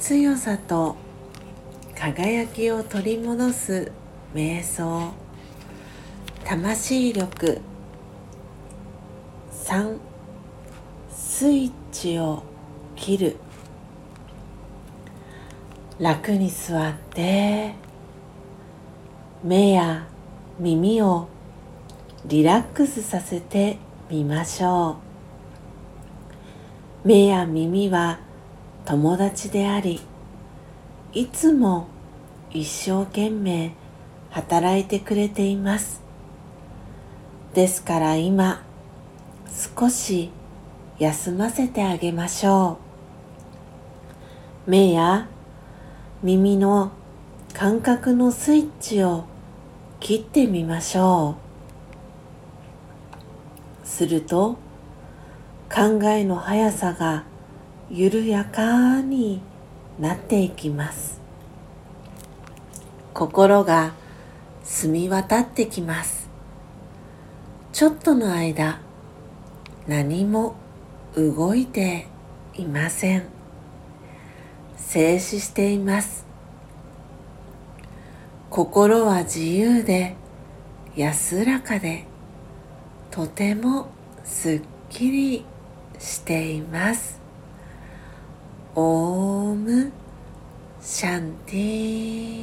強さと輝きを取り戻す瞑想。魂力。3、スイッチを切る。楽に座って目や耳をリラックスさせてみましょう。目や耳は友達であり、いつも一生懸命働いてくれています。ですから今少し休ませてあげましょう。目や耳の感覚のスイッチを切ってみましょう。すると考えの速さが緩やかになっていきます。心が澄み渡ってきます。ちょっとの間何も動いていません。静止しています。心は自由で安らかでとてもすっきりしています。オームシャンティ。